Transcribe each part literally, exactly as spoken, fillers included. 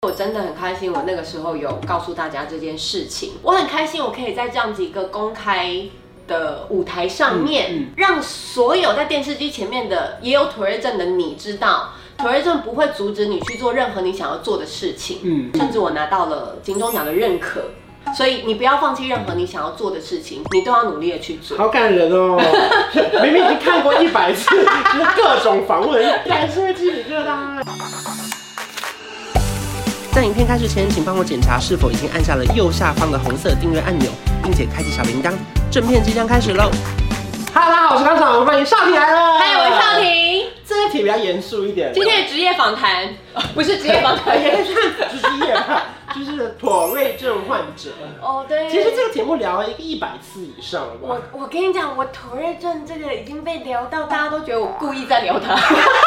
我真的很开心，我那个时候有告诉大家这件事情。我很开心，我可以在这样子一个公开的舞台上面，嗯嗯、让所有在电视机前面的也有妥瑞症的你知道，妥瑞症不会阻止你去做任何你想要做的事情。嗯，甚至我拿到了金钟奖的认可。所以你不要放弃任何你想要做的事情，你都要努力的去做。 好感人哦！明明已经看过一百次，就是各种访问，还是会鸡皮疙瘩。在影片开始前，请帮我检查是否已经按下了右下方的红色订阅按钮，并且开启小铃铛。正片即将开始喽！哈喽，大家好，我是康爽，欢迎少婷来了。 嗨，我是少婷。 这一题比较严肃一点。 今天的职业访谈不是职业访谈， 也是职业吧。就是妥瑞症患者哦，对。 其实这个题目聊了一个一百次以上了吧？ 我我跟你讲，我妥瑞症这个已经被聊到，大家都觉得我故意在聊他。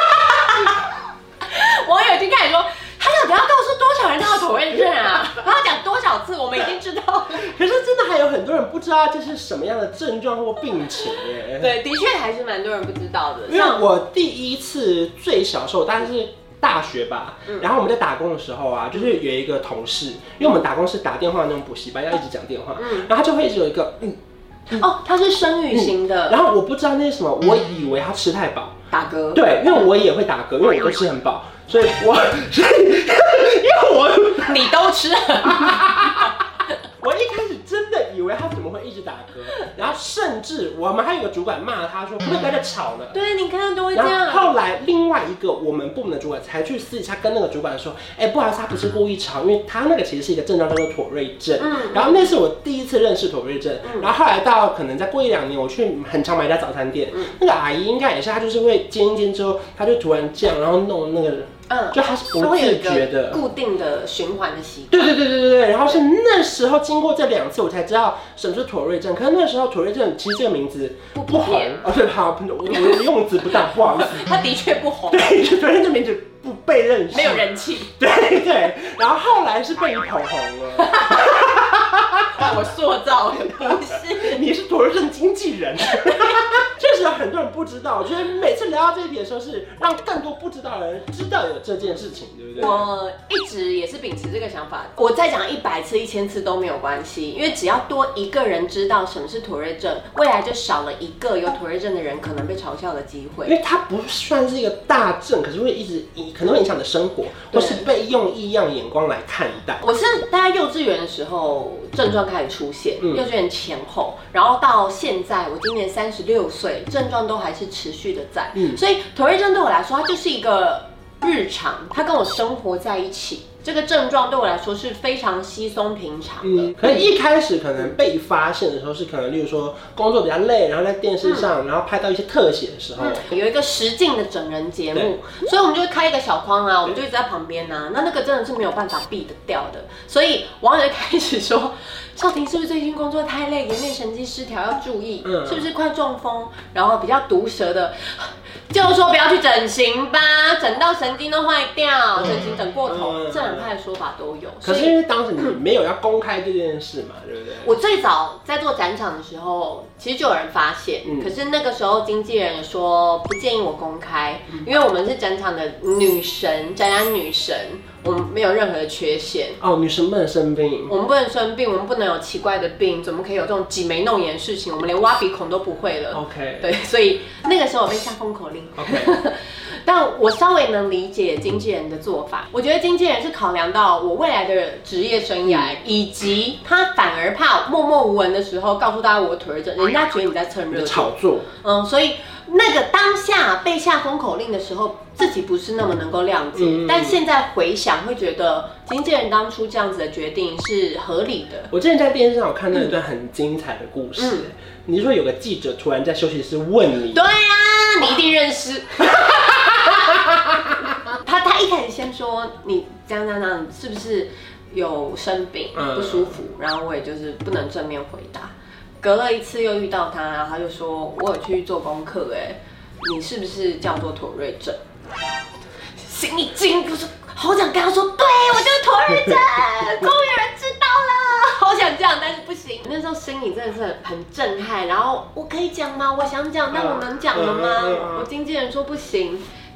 网友已经开始说，他到底要告诉多少人他有妥瑞症啊？他要讲多少次？我们已经知道了。 可是真的还有很多人不知道这是什么样的症状或病情耶。 对，的确还是蛮多人不知道的。 因为我第一次最小时候，但是。大学吧，然后我们在打工的时候啊，就是有一个同事，因为我们打工是打电话那种补习班，要一直讲电话，嗯，然后他就会一直有一个，嗯， 嗯哦，他是声语型的、 嗯，然后我不知道那是什么，我以为他吃太饱， 打嗝， 对，因为我也会打嗝，因为我都吃很饱，所以我，所以因为我你都吃很饱。 我一开始真的以为他怎么会一直打嗝，然后甚至我们还有个主管骂他说：“不能在这吵了。” 对，你看都会这样。 然后后来另外一个我们部门的主管才去私底下跟那个主管说：“哎、欸，不好意思，他不是故意吵，因为他那个其实是一个症状叫做妥瑞症。”嗯，然后那是我第一次认识妥瑞症。嗯，然后后来到可能再过一两年，我去很常买一家早餐店，嗯、那个阿姨应该也是，她就是会煎一煎之后，她就突然这样，然后弄那个。嗯，就他是不自觉的固定的循环的习惯。 对对对对对对，然后是那时候经过这两次，我才知道什么是妥瑞症。可是那时候妥瑞症其实这个名字不不红，哦对，好，我我用词不当，不好意思。 他的确不红。 对，妥瑞症名字不被认识， 没有人气。 对对，然后后来是被你捧红了。 我塑造的不是， 你是妥瑞症经纪人。确实有很多人不知道，我觉得每次聊到这一题的时候，是让更多不知道的人知道有这件事情，对不对？ 我一直也是秉持这个想法，我再讲一百次、一千次都没有关系，因为只要多一个人知道什么是妥瑞症，未来就少了一个有妥瑞症的人可能被嘲笑的机会。 因为它不算是一个大症，可是会一直可能会影响你的生活，或是被用异样眼光来看待。 我是大概幼稚园的时候症状开始出现，嗯、幼稚园前后，然后到现在，我今年三十六岁，症状都还是持续的在。嗯，所以妥瑞症对我来说，它就是一个日常，它跟我生活在一起。这个症状对我来说是非常稀松平常的。 嗯，可能一开始可能被发现的时候是可能，例如说工作比较累，然后在电视上，嗯、然后拍到一些特写的时候， 嗯、有一个实境的整人节目，所以我们就会开一个小框啊，我们就一直在旁边啊，那那个真的是没有办法避得掉的。所以网友就开始说，少婷是不是最近工作太累，颜面神经失调要注意，嗯、是不是快中风？然后比较毒舌的。就说不要去整形吧，整到神经都坏掉，整形整过头，这两派的说法都有。 可是因为当时你没有要公开这件事嘛，对不对？ 我最早在做展场的时候，其实就有人发现，嗯、可是那个时候经纪人也说不建议我公开，嗯、因为我们是展场的女神，展览女神。我们没有任何的缺陷哦，女生不能生病， 我们不能生病，我们不能有奇怪的病，怎么可以有这种挤眉弄眼的事情？我们连挖鼻孔都不会了。 OK， 对，所以那个时候我被下封口令。 OK， 但我稍微能理解经纪人的做法。我觉得经纪人是考量到我未来的职业生涯，以及他反而怕默默无闻的时候告诉大家我妥瑞症，人家觉得你在蹭热度炒作。嗯， 所以那个当下被下封口令的时候，自己不是那么能够谅解，嗯、但现在回想会觉得经纪人当初这样子的决定是合理的。 我之前在电视上有看到一段很精彩的故事，嗯、你是说有个记者突然在休息室问你？ 对啊，你一定认识。他他一开始先说你这样这样这样是不是有生病不舒服，嗯、然后我也就是不能正面回答。隔了一次又遇到他，然后他就说我有去做功课，哎，你是不是叫做妥瑞症？心一惊，我说好想跟他说，对我就是妥瑞症，终于有人知道了，好想这样，但是不行。那时候心里真的是很很震撼，然后我可以讲吗？我想讲，但我能讲了吗？我经纪人说不行。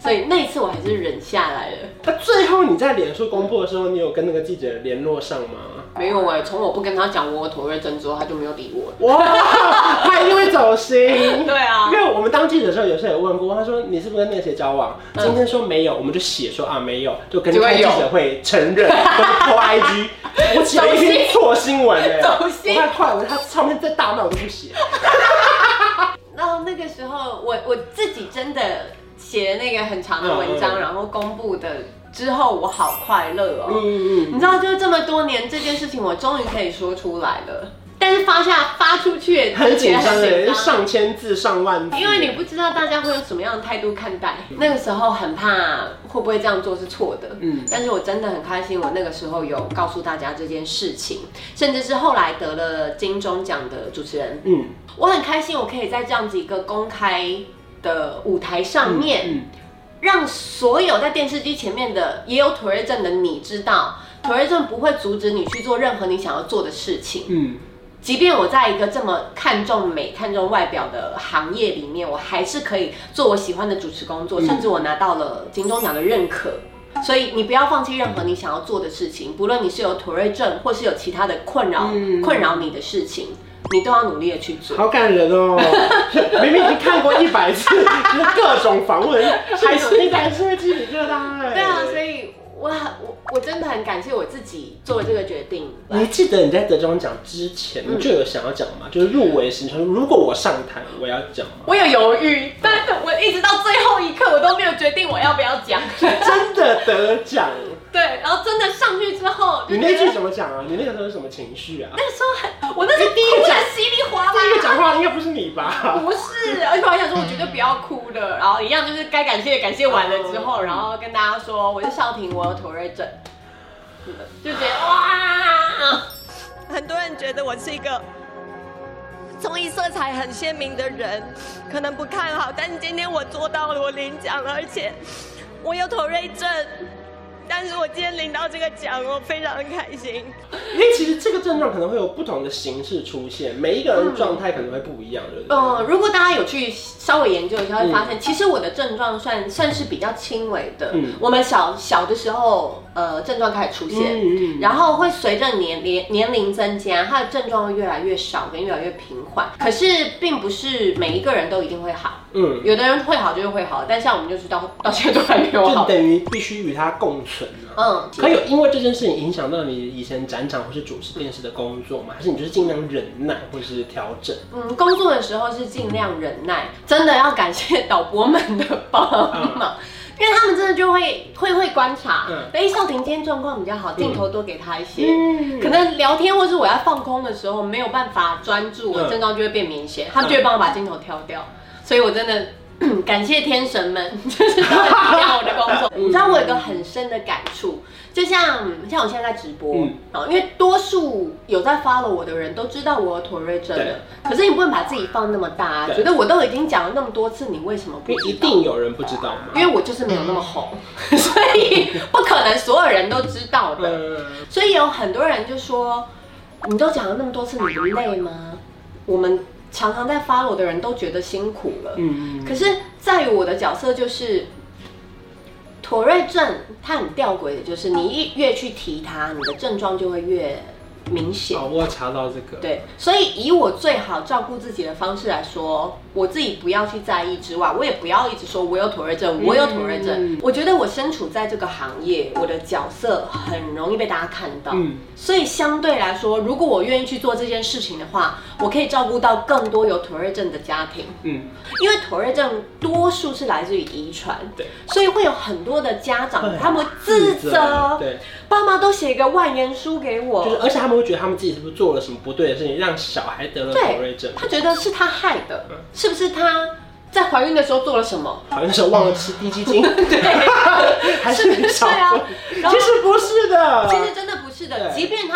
所以那一次我还是忍下来了。 那最后你在脸书公布的时候，你有跟那个记者联络上吗？ 没有哎、欸，从我不跟他讲我有妥瑞症之后，他就没有理我。 哇，他一定会走心。 对啊， 因为我们当记者的时候，有时候有问过，他说你是不是跟那个谁交往？嗯、今天说没有，我们就写说啊没有，就跟开记者会承认，跟 po I G。我写了一篇错新闻哎、欸， 走心。 我看后来他上面再大骂我都不写。 然后那个时候，我我自己真的写了那个很长的文章，嗯、然后公布的。之后我好快乐哦，嗯嗯，你知道，就是这么多年这件事情，我终于可以说出来了。但是发下发出去很紧张的，上千字上万字， 因为你不知道大家会用什么样的态度看待。那个时候很怕会不会这样做是错的，嗯，但是我真的很开心，我那个时候有告诉大家这件事情，甚至是后来得了金钟奖的主持人，嗯，我很开心，我可以在这样子一个公开的舞台上面。嗯嗯，让所有在电视机前面的也有妥瑞症的你知道，妥瑞症不会阻止你去做任何你想要做的事情。嗯，即便我在一个这么看重美、看重外表的行业里面，我还是可以做我喜欢的主持工作，嗯、甚至我拿到了金钟奖的认可。所以你不要放弃任何你想要做的事情，不论你是有妥瑞症，或是有其他的困扰、嗯、困扰你的事情。你都要努力的去做， 好感人哦！明明已经看过一百次各种访问，还是你还是会鸡皮疙瘩哎。 对啊，所以我我我真的很感谢我自己做了这个决定。 你还记得你在得奖奖之前，你就有想要讲吗？就是入围时，如果我上台，我要讲吗？ 我有犹豫，但我一直到最后一刻，我都没有决定我要不要讲。 真的得奖。 对，然后真的上去之后， 你那句怎么讲啊？你那个时候是什么情绪啊？ 那个时候很，我那时候第一个讲稀里哗啦， 第一个讲话应该不是你吧？ 不是，而且我还想说，我绝对不要哭的。然后一样就是该感谢感谢完了之后，然后跟大家说我是少婷，我有妥瑞症，就觉得哇，很多人觉得我是一个综艺色彩很鲜明的人，可能不看好，但是今天我做到了，我领奖了，而且我有妥瑞症。但是我今天领到这个奖，我非常的开心。 因为其实这个症状可能会有不同的形式出现，每一个人状态可能会不一样，对不对？ 呃，如果大家有去稍微研究一下，会发现、嗯、其实我的症状算算是比较轻微的。嗯，我们小小的时候，呃，症状开始出现，嗯嗯、然后会随着年龄年龄增加，它的症状会越来越少，跟越来越平缓。可是并不是每一个人都一定会好。嗯，有的人会好就是会好，但像我们就是到到现在都还没有好， 就等于必须与它共存啊。嗯，可有因为这件事情影响到你以前展场或是主持电视的工作吗？还是你就是尽量忍耐或是调整？嗯， 工作的时候是尽量忍耐，真的要感谢导播们的帮忙。嗯，因为他们真的就会会会观察，哎、嗯，少婷今天状况比较好，镜头多给他一些。嗯，可能聊天或是我要放空的时候没有办法专注，我症状就会变明显，他就会帮我把镜头挑掉。所以我真的感谢天神们，就是他们体谅我的工作。你知道我有一个很深的感触，就像像我现在在直播，嗯、因为多数有在 follow 我的人都知道我有妥瑞症的，可是你不能把自己放那么大、啊，觉得我都已经讲了那么多次，你为什么不知道？ 一定有人不知道吗？ 因为我就是没有那么红，所以不可能所有人都知道的。嗯、所以有很多人就说，你都讲了那么多次，你不累吗？我们常常在 follow 的人都觉得辛苦了，嗯嗯，可是在于我的角色就是妥瑞症，它很吊诡的，就是你一越去提它，你的症状就会越明显。 哦，我有查到这个。 对，所以以我最好照顾自己的方式来说，我自己不要去在意之外，我也不要一直说我有妥瑞症，我有妥瑞症。嗯、我觉得我身处在这个行业，我的角色很容易被大家看到。嗯，所以相对来说，如果我愿意去做这件事情的话，我可以照顾到更多有妥瑞症的家庭。嗯，因为妥瑞症多数是来自于遗传，对，所以会有很多的家长他们会自责，对，爸妈都写一个万言书给我， 就是而且他们会觉得他们自己是不是做了什么不对的事情，让小孩得了妥瑞症， 他觉得是他害的，嗯、是不是他在怀孕的时候做了什么？ 怀孕的时候忘了吃低基精，对，还是你少做？其实不是的， 其实真的不是的。即便他多数来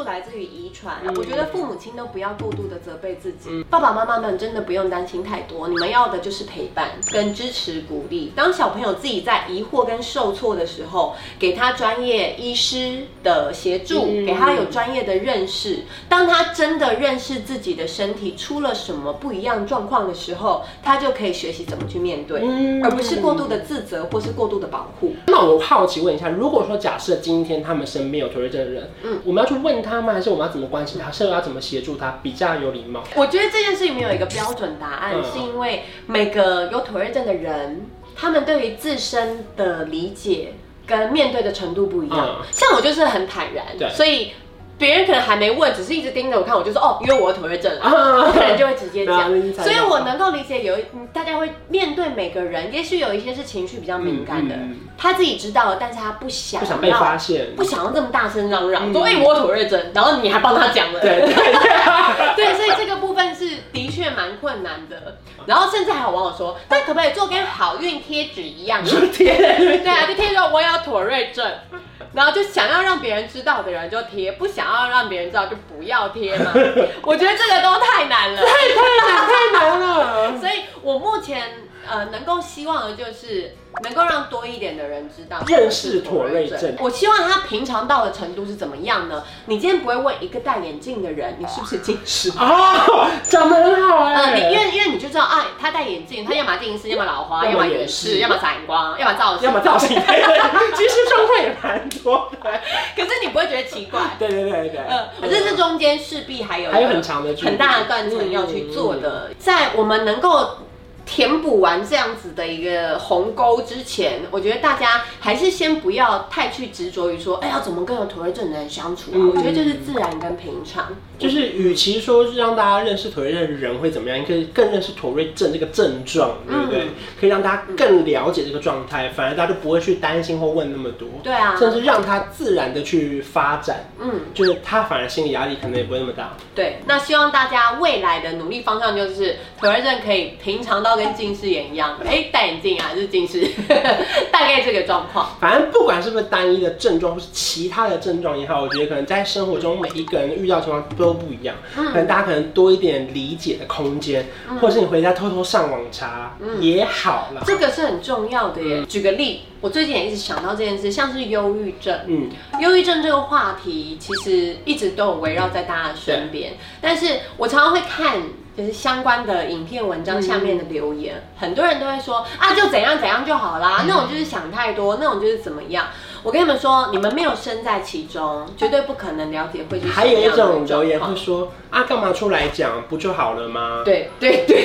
来自于遗传。我觉得父母亲都不要过度的责备自己，爸爸妈妈们真的不用担心太多，你们要的就是陪伴跟支持鼓励。当小朋友自己在疑惑跟受挫的时候，给他专业医师的协助，给他有专业的认识。当他真的认识自己的身体出了什么不一样状况的时候，他就可以学习怎么去面对，而不是过度的自责或是过度的保护。 那我好奇问一下，如果说假设今天他们身边有妥瑞症的人，嗯，我们要去问他吗？还是我们要怎么关心他？甚至要怎么协助他比较有礼貌？ 我觉得这件事情没有一个标准答案，嗯、是因为每个有妥瑞症的人，他们对于自身的理解跟面对的程度不一样。嗯、像我就是很坦然，所以。别人可能还没问，只是一直盯着我看，我就说哦，因为我有妥瑞症了，我可能就会直接讲。所以我能够理解有大家会面对每个人，也许有一些是情绪比较敏感的，嗯嗯、他自己知道了，但是他不想不想被发现， 不想要这么大声嚷嚷，说哎、欸、我有妥瑞症，然后你还帮他讲了， 对对对， 对，所以这个部分是的确蛮困难的。然后甚至还有网友说，那可不可以做跟好运贴纸一样？ 贴对啊，就贴说我有妥瑞症。然后就想要让别人知道的人就贴，不想要让别人知道就不要贴嘛。我觉得这个都太难了， 太太难太难了。 所以我目前呃能够希望的就是能够让多一点的人知道认识妥瑞症。 我希望他平常到的程度是怎么样呢？你今天不会问一个戴眼镜的人，你是不是近视？ 哦，讲得很好哎、欸。 呃，你因为因为你就知道啊，他戴眼镜，他要么近视，要么老花，要么远视，要么散光，要么造型， 要么造型。其实状况也蛮多的， 可是你不会觉得奇怪。 对对对对。 嗯，可是这中间势必还有还有很长的距离， 很大的断层要去做的，嗯、在我们能够填补完这样子的一个鸿沟之前，我觉得大家还是先不要太去执着于说，哎呀，怎么跟有妥瑞症的人相处啊？嗯、我觉得就是自然跟平常。 就是与其说是让大家认识妥瑞症的人会怎么样，你可以更认识妥瑞症这个症状，对不对？嗯、可以让大家更了解这个状态，反而大家就不会去担心或问那么多。 对啊， 甚至让他自然的去发展。嗯，就是他反而心理压力可能也不会那么大。 对，那希望大家未来的努力方向就是妥瑞症可以平常到跟近视眼一样，哎、欸，戴眼镜啊，还是近视，大概这个状况。 反正不管是不是单一的症状，或是其他的症状也好，我觉得可能在生活中每一个人遇到的情况都不一样，嗯、可能大家可能多一点理解的空间，嗯、或者是你回家偷偷上网查、嗯、也好啦。 这个是很重要的耶。嗯、举个例，我最近也一直想到这件事，像是忧郁症，嗯，忧郁症这个话题其实一直都有围绕在大家的身边，但是我常常会看。就是相关的影片文章下面的留言，嗯、很多人都会说啊，就怎样怎样就好啦，嗯、那种就是想太多，那种就是怎么样。我跟你们说，你们没有身在其中，绝对不可能了解会是什么样的状况。还有一种留言会说啊，干嘛出来讲，不就好了吗？ 对对对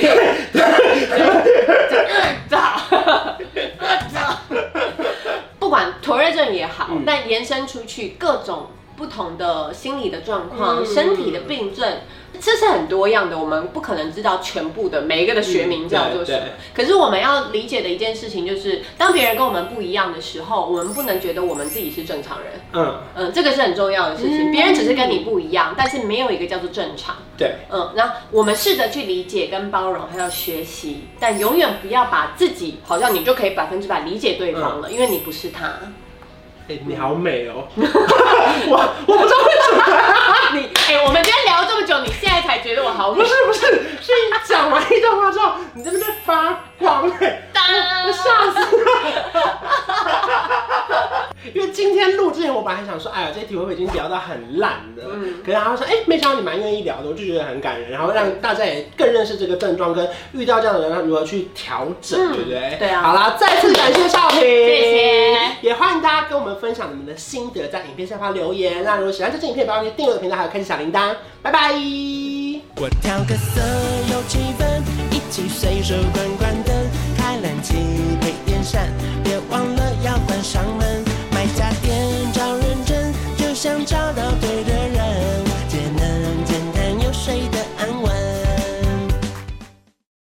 不管妥瑞症也好，嗯、但延伸出去各种不同的心理的状况、嗯、身体的病症。这是很多样的，我们不可能知道全部的每一个的学名叫做什么。嗯、可是我们要理解的一件事情就是，当别人跟我们不一样的时候，我们不能觉得我们自己是正常人。嗯嗯，这个是很重要的事情。别、嗯、人只是跟你不一样，但是没有一个叫做正常。 对， 嗯，那我们试着去理解跟包容，还有学习，但永远不要把自己好像你就可以百分之百理解对方了，嗯、因为你不是他。 哎、欸，你好美哦！我我不知道为什么你哎、欸，我们今天聊这么久，你现在才觉得我好美？ 不是不是，是你讲完一段话之后，你在那边发光哎、欸，我吓死了！因为今天录之前，我本来还想说，哎呀，这题会不会已经聊到很烂了？嗯，可是他说，哎、欸，没想到你蛮愿意聊的，我就觉得很感人，然后让大家也更认识这个症状，跟遇到这样的人如何去调整，嗯、对不对？ 对啊。 好啦，再次感谢少平， 谢谢， 也欢迎大家跟我们分享你们的心得，在影片下方留言。那如果喜欢这支影片，不要忘记订阅我的频道，还有开启小铃铛。拜拜。我调个色有气氛，一起随手关关灯，开冷气配电扇，别忘了要关上门。买家电找认真，就像找到对。